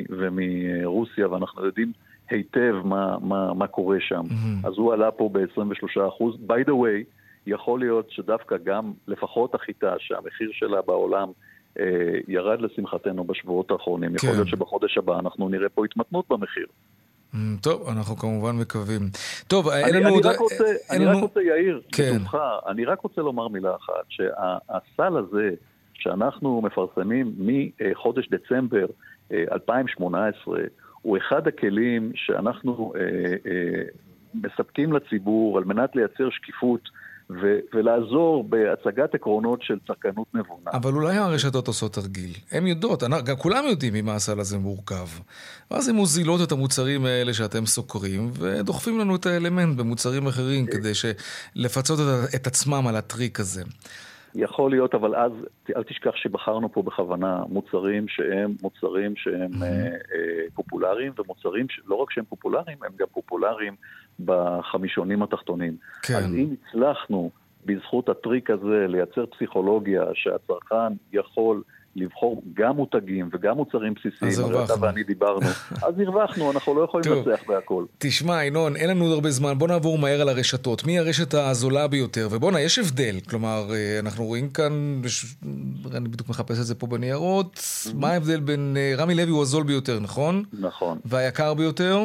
ומרוסיה, ואנחנו יודעים היטב מה, מה, מה קורה שם. Mm-hmm. אז הוא עלה פה ב-עשרים ושלושה אחוז. By the way, יכול להיות שדווקא גם, לפחות החיטה, שהמחיר שלה בעולם אה, ירד לשמחתנו בשבועות האחרונים. כן. יכול להיות שבחודש הבא אנחנו נראה פה התמתנות במחיר. Mm, טוב, אנחנו כמובן מקווים. טוב, אני, אין לנו... אני עוד... רק רוצה, אין אני לנו... רק רוצה יאיר, כן. בטובך, אני רק רוצה לומר מילה אחת, שהסל הזה שאנחנו מפרסמים מחודש דצמבר אלפיים שמונה עשרה, הוא אחד הכלים שאנחנו אה, אה, מספקים לציבור על מנת לייצר שקיפות ו- ולעזור בהצגת עקרונות של צרכנות נבונה. אבל אולי הרשתות עושות תרגיל. הן יודעות, גם כולם יודעים אם הסל הזה מורכב. ואז הן מוזילות את המוצרים האלה שאתם סוקרים, ודוחפים לנו את האלמנט במוצרים אחרים כדי לפצות את, את עצמם על הטריק הזה. יכול להיות, אבל אז אל תשכח שבחרנו פה בכוונה מוצרים שהם מוצרים שהם mm-hmm. אה, אה, פופולריים, ומוצרים שלא רק שהם פופולריים, הם גם פופולריים בחמישונים התחתונים. כן. אז אם הצלחנו בזכות הטריק הזה לייצר פסיכולוגיה שהצרכן יכול לבחור גם מותגים וגם מוצרים בסיסיים, אז אתה ואני דיברנו, אז הרווחנו, אנחנו לא יכולים לצלח בהכל. תשמע, ינון, אין לנו הרבה זמן, בוא נעבור מהר על הרשתות. מי הרשת הזולה ביותר? ובוא'נה, יש הבדל, כלומר, אנחנו רואים כאן, אני בדיוק מחפש את זה פה בניירות, מה ההבדל בין, רמי לוי הוא הזול ביותר, נכון? נכון. והיקר ביותר?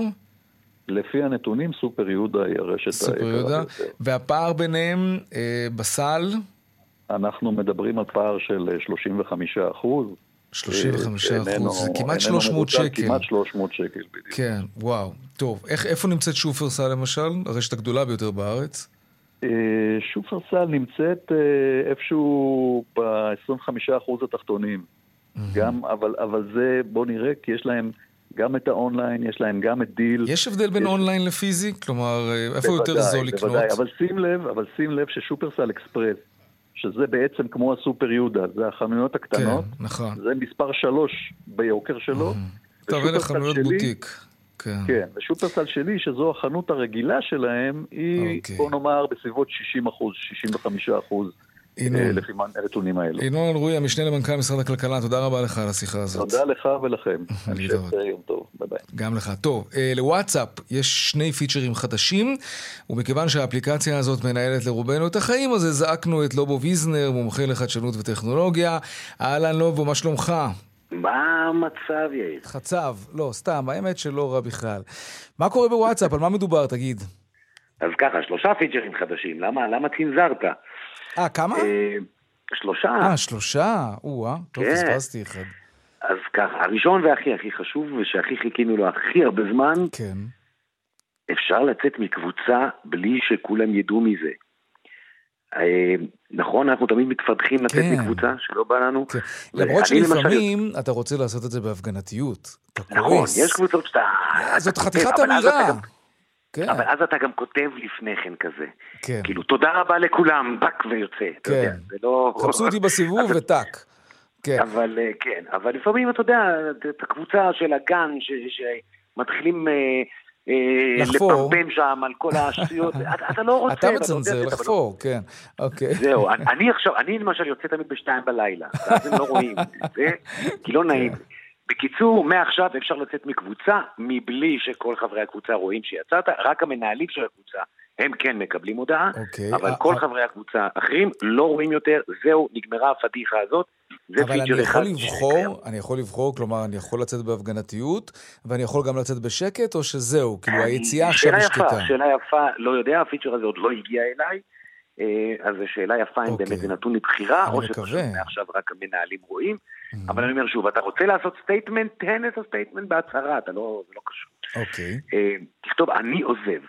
לפי הנתונים, סופר יהודה היא הרשת סופר יהודה, והפער ביניהם בסל? אנחנו מדברים על פער של שלושים וחמישה אחוז. שלושים וחמישה אחוז, זה כמעט שלוש מאות שקל. כמעט שלוש מאות שקל בדיוק. כן, וואו. טוב, איך, איפה נמצאת שופרסל למשל? הרשת הגדולה ביותר בארץ? שופרסל נמצאת איפשהו ב-עשרים וחמישה אחוז התחתונים. גם, אבל, אבל זה, בוא נראה, כי יש להם גם את האונליין, יש להם גם את דיל. יש הבדל בין אונליין לפיזי? כלומר, איפה יותר זול לקנות? בוודאי, אבל שים לב, אבל שים לב ששופרסל אקספרס, שזה בעצם כמו הסופר יהודה, זה החנויות הקטנות, כן, נכון. זה מספר שלוש ביוקר שלו. טוב, אלה חנויות שלי, בוטיק. כן. כן, ושופרסל שלי, שזו החנות הרגילה שלהם, היא, אוקיי. בוא נאמר, בסביבות שישים אחוז, שישים וחמישה אחוז, לפי הנתונים האלו. ינון אלרועי, המשנה למנכ"ל משרד הכלכלה, תודה רבה לך על השיחה הזאת. תודה לך ולכם. אני חושב יום טוב, ביי ביי. גם לך. טוב, לוואטסאפ יש שני פיצ'רים חדשים, ומכיוון שהאפליקציה הזאת מנהלת לרובנו את החיים, אז זעקנו את לובו ויזנר, מומחה לחדשנות וטכנולוגיה. אהלן לובו, מה שלומך? מה המצב, יאיר? חצב, לא, סתם, האמת שלא רע בכלל. מה קורה בוואטסאפ? על מה מדובר, תגיד? אז ככה, שלושה פיצ'רים חדשים, למה, למה תנזרת? אה, כמה? שלושה. אה, שלושה? או-אה, טוב, פספסתי אחד. אז ככה, הראשון והכי הכי חשוב, ושהכי חיכינו לו הכי הרבה זמן, כן. אפשר לצאת מקבוצה בלי שכולם ידעו מזה. נכון, אנחנו תמיד מתפתחים לצאת מקבוצה שלא בא לנו. למרות שלפעמים אתה רוצה לעשות את זה בהפגנתיות. נכון, יש קבוצות שאתה... זאת חתיכת אמירה. כן. אבל אז אתה גם כותב לפני כן כזה. כן. כאילו, תודה רבה לכולם, בק ויוצא. כן. יודע, זה לא... חפשו אותי בסיבוב וטק. כן. אבל, כן. אבל לפעמים, אתה יודע, את הקבוצה של הגן, ש... שמתחילים לפרפם שם על כל השטויות, אתה לא רוצה. אתה מצנזר, לחפור, כן. זהו, אני עכשיו, אני למשל יוצא תמיד בשתיים בלילה, אז הם לא רואים את זה, כי לא נעים. בקיצור, מעכשיו אפשר לצאת מקבוצה, מבלי שכל חברי הקבוצה רואים שיצאת, רק המנהלים של הקבוצה, הם כן מקבלים הודעה, אבל כל חברי הקבוצה האחרים לא רואים יותר, זהו, נגמרה הפדיחה הזאת. אבל אני יכול לבחור, אני יכול לבחור, כלומר, אני יכול לצאת בהפגנתיות, ואני יכול גם לצאת בשקט, או שזהו, כאילו היציאה עכשיו בשקטה. שאלה יפה, לא יודע, הפיצ'ר הזה עוד לא הגיע אליי, אז שאלה יפה אם באמת זה נתון לבחירה, או שפשוט מעכשיו רק המנהלים רואים, אבל אני אומר שוב, אתה רוצה לעשות סטייטמנט, תן את הסטייטמנט בהצהרה, אתה לא, זה לא קשור. אוקיי. תכתוב, אני עוזב.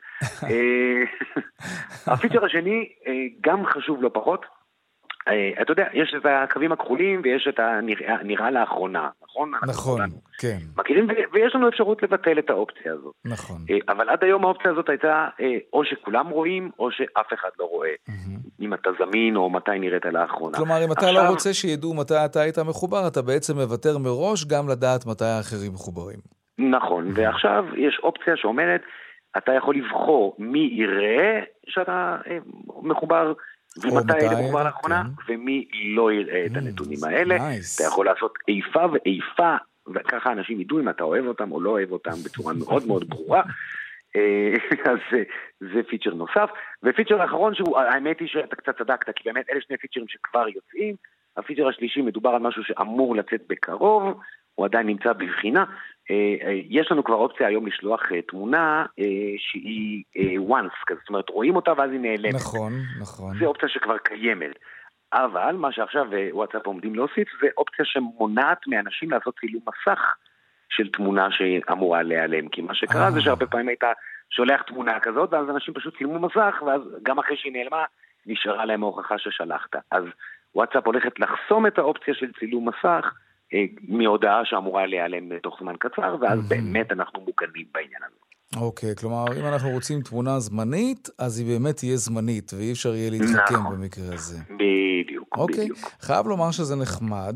הפיצ'ר השני, גם חשוב לא פחות, אתה יודע, יש את הקווים הכחולים ויש את הנראה לאחרונה, נכון? נכון, כן. מכירים, ויש לנו אפשרות לבטל את האופציה הזאת. נכון. אבל עד היום האופציה הזאת הייתה או שכולם רואים או שאף אחד לא רואה. אם אתה זמין או מתי נראית לאחרונה. כלומר, אם אתה לא רוצה שידעו מתי אתה היית מחובר, אתה בעצם מוותר מראש גם לדעת מתי האחרים מחוברים. נכון, ועכשיו יש אופציה שאומרת, אתה יכול לבחור מי יראה שאתה מחובר, ומתי יהיה מחובר לאחרונה, ומי לא יראה את הנתונים האלה. אתה יכול לעשות איפה ואיפה, וככה אנשים ידעו אם אתה אוהב אותם או לא אוהב אותם בצורה מאוד מאוד ברורה. אז זה פיצ'ר נוסף. ופיצ'ר האחרון, האמת היא שאתה קצת צדקת, כי באמת אלה שני פיצ'רים שכבר יוצאים. הפיצ'ר השלישי מדובר על משהו שאמור לצאת בקרוב, הוא עדיין נמצא בבחינה. יש לנו כבר אופציה היום לשלוח תמונה שהיא once, זאת אומרת רואים אותה ואז היא נעלמת. נכון, נכון. זה אופציה שכבר קיימת. אבל מה שעכשיו וואטסאפ עומדים להוסיף זה אופציה שמונעת מאנשים לעשות צילום מסך של תמונה שאמורה להיעלם. כי מה שקרה זה שהרבה פעמים הייתה שולח תמונה כזאת ואז אנשים פשוט צילמו מסך ואז גם אחרי שהיא נעלמה נשארה להם ההוכחה ששלחת. אז וואטסאפ הולכת לחסום את האופציה של צילום מסך מהודעה שאמורה להיעלם בתוך זמן קצר, ואז באמת אנחנו מוגנים בעניין הזה. אוקיי, כלומר, אם אנחנו רוצים תמונה זמנית, אז היא באמת תהיה זמנית, ואי אפשר יהיה להתחכם במקרה הזה. בדיוק, בדיוק. חייב לומר שזה נחמד.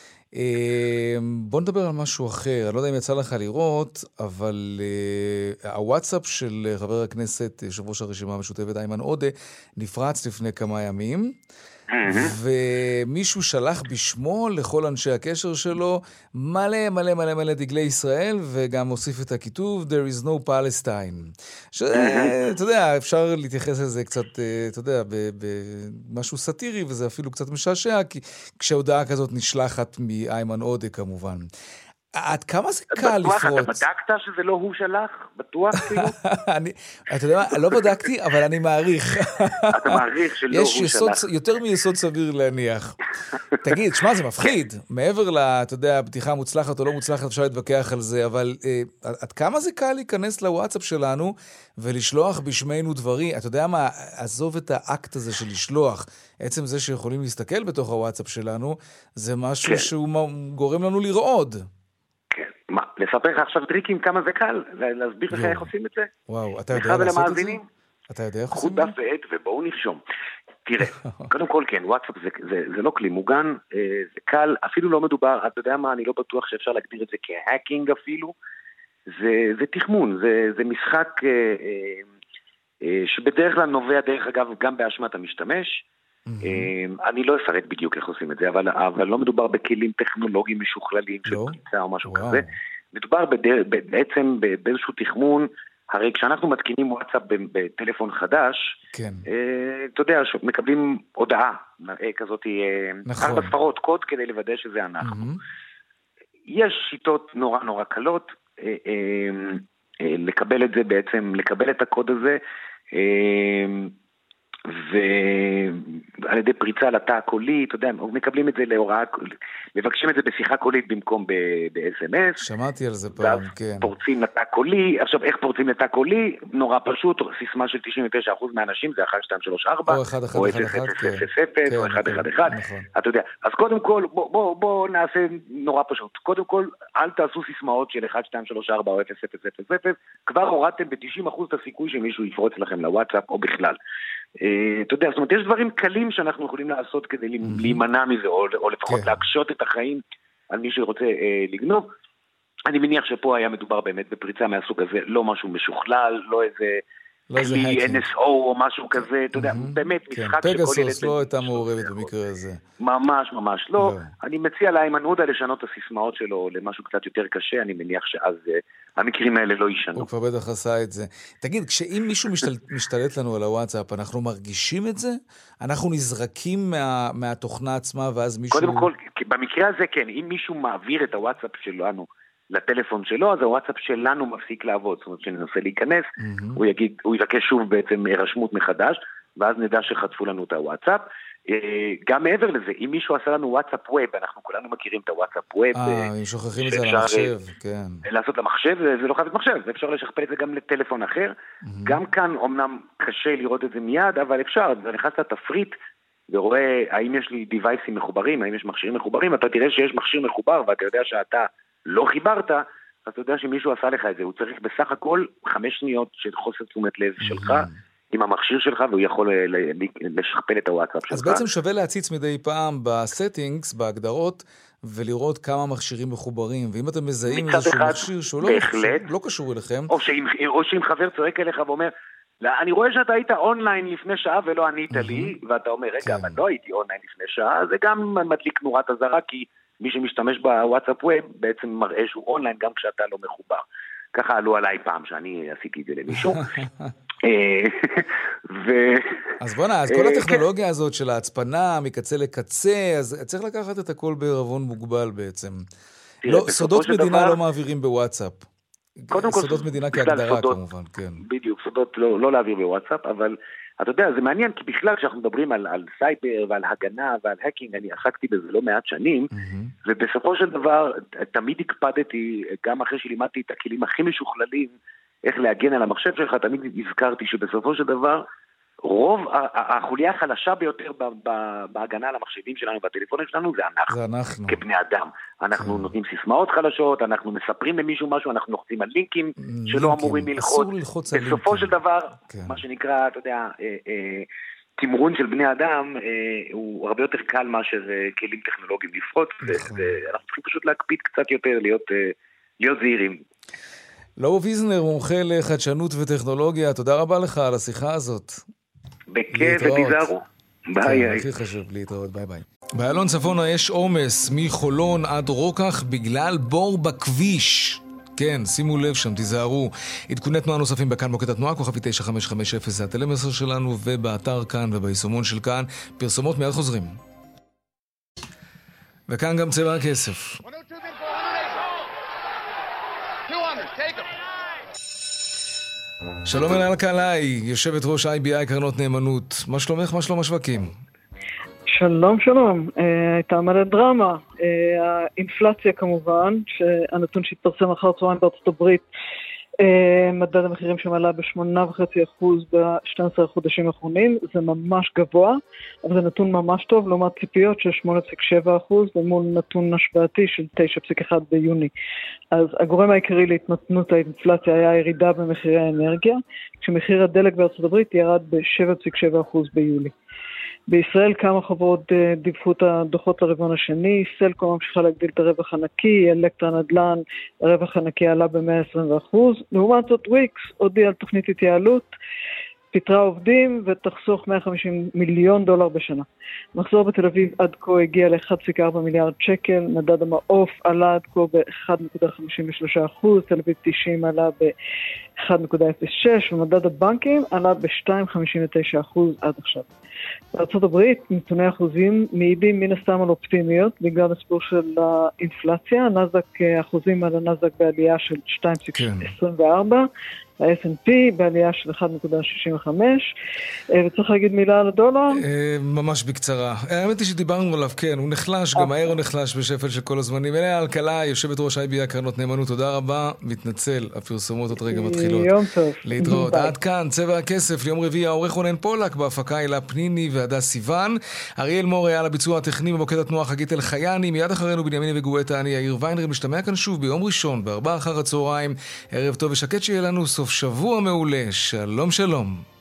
בוא נדבר על משהו אחר. אני לא יודע אם יצא לך לראות, אבל הוואטסאפ של חבר הכנסת, יושב ראש הרשימה המשותפת איימן עודה, נפרץ לפני כמה ימים. ומישהו שלח בשמו לכל אנשי הקשר שלו מלא מלא מלא מלא דגלי ישראל, וגם הוסיף את הכיתוב There is no Palestine. שאתה יודע, אפשר להתייחס לזה קצת, אתה יודע, במשהו סאטירי, וזה אפילו קצת משעשע, כי כשהודעה כזאת נשלחת מאיימן עודה כמובן. עד כמה זה קל לפרוץ? אתה בדקת שזה לא הוא שלח? בטוח כאילו? אתה יודע מה, לא בדקתי, אבל אני מעריך. אתה מעריך שלא הוא שלח. יש יותר מיסוד סביר להניח. תגיד, שמה, זה מפחיד. מעבר ל, אתה יודע, פתיחה מוצלחת או לא מוצלחת, אפשר להתווכח על זה, אבל עד כמה זה קל להיכנס לוואטסאפ שלנו ולשלוח בשמנו דברים? אתה יודע מה, עזוב את האקט הזה של לשלוח. עצם זה שיכולים להסתכל בתוך הוואטסאפ שלנו, זה משהו שהוא גורם לנו לרעוד. מה, לספר לך עכשיו טריקים כמה זה קל? להסביר לך איך עושים את זה? וואו, אתה יודע לעשות את זה? אתה יודע איך עושים את זה? חוט דף ועט ובואו נרשום. תראה, קודם כל כן, וואטסאפ זה לא כלי מוגן, זה קל, אפילו לא מדובר, אתה יודע מה, אני לא בטוח שאפשר להגדיר את זה כהאקינג אפילו, זה תחמון, זה משחק שבדרך כלל נובע דרך אגב גם באשמת המשתמש, אני לא אפרט בדיוק איך עושים את זה, אבל לא מדובר בכלים טכנולוגיים משוכללים של פריצה או משהו כזה, מדובר בעצם באיזשהו תחמון. הרי כשאנחנו מתקינים וואטסאפ בטלפון חדש, אתה יודע, מקבלים הודעה כזאת, ארבע ספרות קוד כדי לוודא שזה אנחנו. יש שיטות נורא נורא קלות לקבל את זה בעצם, לקבל את הקוד הזה, ועל ידי פריצה לתא הקולי, אתה יודע, מקבלים את זה להוראה, מבקשים את זה בשיחה קולית במקום ב-אס אם אס. שמעתי על זה פעם, כן. ואז פורצים לתא קולי, עכשיו איך פורצים לתא קולי? נורא פשוט, סיסמה של תשעים ותשעה אחוז מהאנשים, זה אחת, שתיים, שלוש, ארבע, או אחד, אחד, אחד, אחד, כן. או אחד, אחד, אחד, אתה יודע. אז קודם כל, בואו נעשה נורא פשוט. קודם כל, אל תעשו סיסמאות של אחת, שתיים, שלוש, ארבע, או אפס, אפס, אפס, אפס, כבר הורדתם ב-תשעים אחוז את הסיכוי שמישהו יפרוץ לכם לוואטסאפ או בכלל. אתה יודע, זאת אומרת, יש דברים קלים שאנחנו יכולים לעשות כדי להימנע מזה, או לפחות להקשות את החיים על מי שרוצה לגנוב. אני מניח שפה היה מדובר באמת בפריצה מהסוג הזה, לא משהו משוכלל, לא איזה כלי אן אס או או משהו כזה, אתה יודע, באמת משחק שכל ילד... פגסוס לא הייתה מעורבת במקרה הזה. ממש ממש לא. אני מציע לאיימן עודה לשנות את הסיסמאות שלו למשהו קצת יותר קשה, אני מניח שאז המקרים האלה לא יישנו. הוא כבר בטח עשה את זה. תגיד, כשאם מישהו משתלט לנו על הוואטסאפ, אנחנו מרגישים את זה? אנחנו נזרקים מהתוכנה עצמה ואז מישהו... קודם כל, במקרה הזה כן, אם מישהו מעביר את הוואטסאפ שלנו לטלפון שלו, אז הוואטסאפ שלנו מפסיק לעבוד, זאת אומרת שננסה להיכנס, mm-hmm. הוא יגיד, הוא יבקש שוב בעצם רשמות מחדש, ואז נדע שחטפו לנו את הוואטסאפ. גם מעבר לזה, אם מישהו עשה לנו וואטסאפ ווב, אנחנו כולנו מכירים את הוואטסאפ ווב. אה, אם שוכחים את זה למחשב, כן. לעשות למחשב, זה לא חייב את מחשב, אפשר לשכפל את זה גם לטלפון אחר. Mm-hmm. גם כאן אומנם קשה לראות את זה מיד, אבל אפשר, אתה נכנס לתפריט, ורואה האם יש לי דיווייסים מחוברים, האם יש מכשירים מחוברים, אתה תראה שיש מכשיר מחובר, ואתה יודע שאתה לא חיברת, אז אתה יודע שמישהו עשה לך את זה, הוא צריך בסך הכל חמש שניות של חוסר תשומת לב שלך, עם המכשיר שלך, והוא יכול לשכפל את הוואטסאפ שלך. אז בעצם שווה להציץ מדי פעם בסטינגס, בהגדרות, ולראות כמה מכשירים מחוברים, ואם אתם מזהים איזשהו מכשיר שהוא לא קשור אליכם. או שאם חבר צועק אליך ואומר, אני רואה שאתה היית אונליין לפני שעה ולא ענית לי, ואתה אומר, רגע, אבל לא הייתי אונליין לפני שעה, זה גם מדליק נורת אזהרה, כי מי שמשתמש בוואטסאפ ווב בעצם מראה שהוא אונליין גם כשאתה לא מחובר. ככה עלו עליי פעם שאני עשיתי את זה למישהו. אז בוא נע, אז כל הטכנולוגיה הזאת של ההצפנה מקצה לקצה, אז צריך לקחת את הכל בערבון מוגבל בעצם. סודות מדינה לא מעבירים בוואטסאפ. סודות מדינה כהגדרה כמובן, כן. בדיוק, סודות לא להעביר בוואטסאפ, אבל אתה יודע, זה מעניין, כי בכלל כשאנחנו מדברים על, על סייבר ועל הגנה ועל הקינג, אני עסקתי בזה לא מעט שנים, mm-hmm. ובסופו של דבר תמיד הקפדתי, גם אחרי שלימדתי את הכלים הכי משוכללים, איך להגן על המחשב שלך, תמיד הזכרתי שבסופו של דבר, רוב החוליה החלשה ביותר בהגנה על המחשבים שלנו והטלפונים שלנו זה אנחנו, זה אנחנו. כבני אדם. אנחנו כן. נותנים סיסמאות חלשות, אנחנו מספרים למישהו משהו, אנחנו נוחצים על לינקים שלא אמורים ללחוץ. ללחוץ על בסופו לינקים. של דבר, כן. מה שנקרא, אתה יודע, אה, אה, תמרון של בני אדם אה, הוא הרבה יותר קל מאשר אה, כלים טכנולוגיים לפרוץ, נכון. ואנחנו צריכים פשוט להקפיד קצת יותר, להיות, אה, להיות זהירים. לאו ויזנר, מומחה לחדשנות וטכנולוגיה, תודה רבה לך על השיחה הזאת. בכיף ותיזהרו. ביי. הכי חשוב להתראות, ביי ביי. באלון צפונה יש עומס מחולון עד רוקח בגלל בור בכביש. כן, שימו לב שם, תיזהרו. עדכוני תנועה נוספים בכאן מוקד התנועה, כוכבי תשע חמש חמש אפס, זה הטלמסר שלנו, ובאתר כאן וביישומון של כאן, פרסומות מיד חוזרים. וכאן גם צבע הכסף. שלום אלעל קלעי, יושבת ראש איי בי איי קרנות נאמנות. מה שלומך? מה שלום השווקים? שלום שלום, הייתה מלא דרמה. האינפלציה כמובן, שהנתון שהתפרסם אחר צהריים בארצות הברית, מדד המחירים שמעלה ב-שמונה נקודה חמש אחוז ב-שנים עשר החודשים האחרונים, זה ממש גבוה, אבל זה נתון ממש טוב, לעומת ציפיות של שמונה נקודה שבע אחוז, ומול נתון השוואתי של תשע נקודה אחת ביוני. אז הגורם העיקרי להתמתנות האינפלציה היה ירידה במחירי האנרגיה, כשמחיר הדלק בארצות הברית ירד ב-שבע נקודה שבע אחוז ביולי. בישראל כמה חברות דיווחו את הדוחות לרבעון השני, סלקום ממשיכה להגדיל את הרווח הנקי, אלקטרה נדל"ן, הרווח הנקי עלה ב-מאה ועשרים אחוז, לעומת זאת וויקס הודיע על תוכנית התייעלות, פיטרה עובדים ותחסוך מאה וחמישים מיליון דולר בשנה. מחזור בתל אביב עד כה הגיע ל-אחד נקודה ארבע מיליארד שקל, מדד המעוף עלה עד כה ב-אחד נקודה חמישים ושלושה אחוז, תל אביב תשעים עלה ב-אחד נקודה אפס שש, ומדד הבנקים עלה ב-שתיים נקודה חמישים ותשע אחוז עד עכשיו. בארצות הברית נתוני אחוזים מעידים מן הסתם על אופטימיות בגלל הסיפור של האינפלציה, הנאסד"ק אחוזים על הנאסד"ק בעלייה של שתיים נקודה עשרים וארבע, ה-אס אנד פי בעלייה של אחד נקודה שישים וחמש, וצריך להגיד מילה על הדולר? ממש בקצרה. האמת היא שדיברנו עליו, כן, הוא נחלש, גם הער הוא נחלש בשפל של כל הזמנים. אלעל קלעי, יושבת ראש איי בי איי קרנות נאמנות, תודה רבה, מתנצל, הפרסומות עוד רגע מתחילות. יום טוב. להתראות. עד כאן, צבע הכסף, ליום רביעי, העורך רונן פולק, בהפקה הילה פניני והדס סיוון, אריאל מורי על הביצוע הטכני במוקד התנועה חגית אל חייני, מיד אחרינו בנימין וגואטה, אני יאיר ויינר, משתמע כאן שוב ביום ראשון, בארבע אחר הצהריים. ערב טוב ושקט שיהיה לנו סוף שבוע מעולה. שלום שלום.